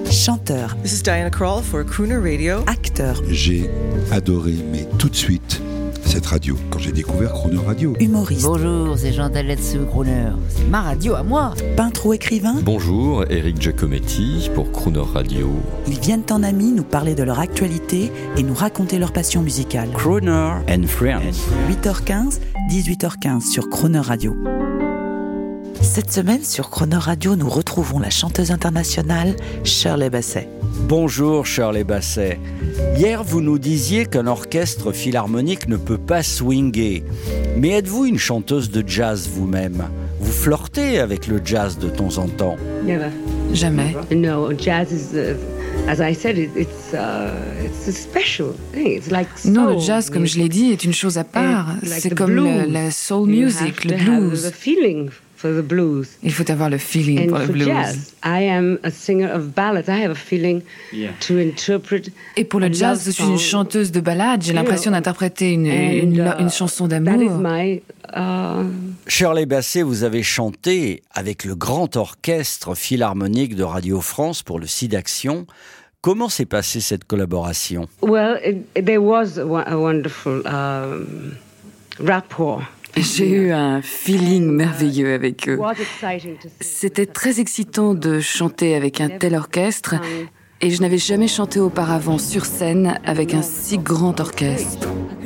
Chanteur. This is Diana Krall for Crooner Radio. Acteur. J'ai adoré, mais tout de suite, cette radio, quand j'ai découvert Crooner Radio. Humoriste. Bonjour, c'est Jean Daletz Crooner. C'est ma radio à moi. Peintre ou écrivain. Bonjour, Eric Giacometti pour Crooner Radio. Ils viennent en amis nous parler de leur actualité et nous raconter leur passion musicale. Crooner and Friends. 8h15, 18h15 sur Crooner Radio. Cette semaine, sur Crooner Radio, nous retrouvons la chanteuse internationale Shirley Bassey. Bonjour Shirley Bassey. Hier, vous nous disiez qu'un orchestre philharmonique ne peut pas swinguer. Mais êtes-vous une chanteuse de jazz vous-même ? Vous flirtez avec le jazz de temps en temps ? Jamais. No, jazz is, as I said, it's a special thing. It's like soul. Non, le jazz, comme je l'ai dit, est une chose à part. C'est comme la soul music, le blues. For the blues. Il faut avoir le feeling pour le blues. Jazz, I am a singer of ballads. I have a feeling to interpret. Et pour le jazz, je suis une chanteuse de ballades. J'ai l'impression d'interpréter une chanson d'amour. Shirley Bassey, vous avez chanté avec le grand orchestre philharmonique de Radio France pour le SIDAction. Comment s'est passée cette collaboration ? Well, there was a wonderful rapport. J'ai eu un feeling merveilleux avec eux. C'était très excitant de chanter avec un tel orchestre et je n'avais jamais chanté auparavant sur scène avec un si grand orchestre.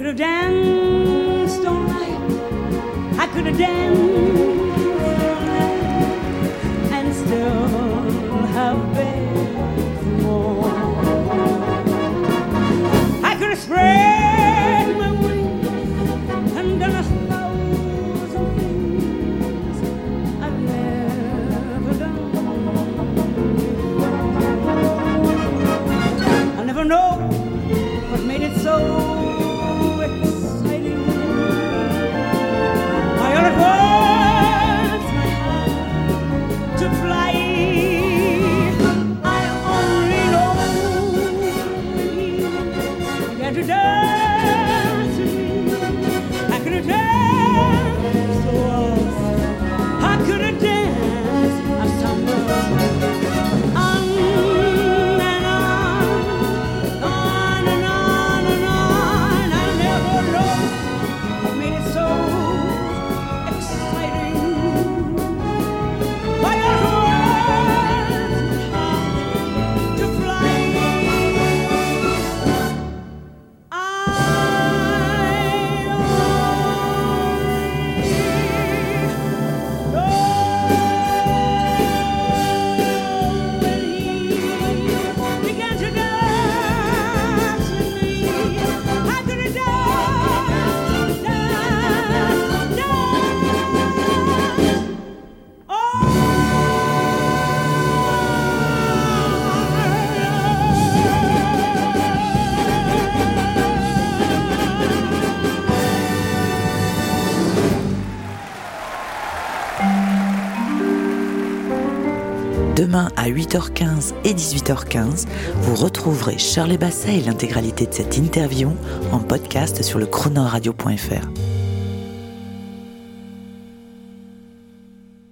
Demain à 8h15 et 18h15, vous retrouverez Shirley Bassey et l'intégralité de cette interview en podcast sur le croonerradio.fr.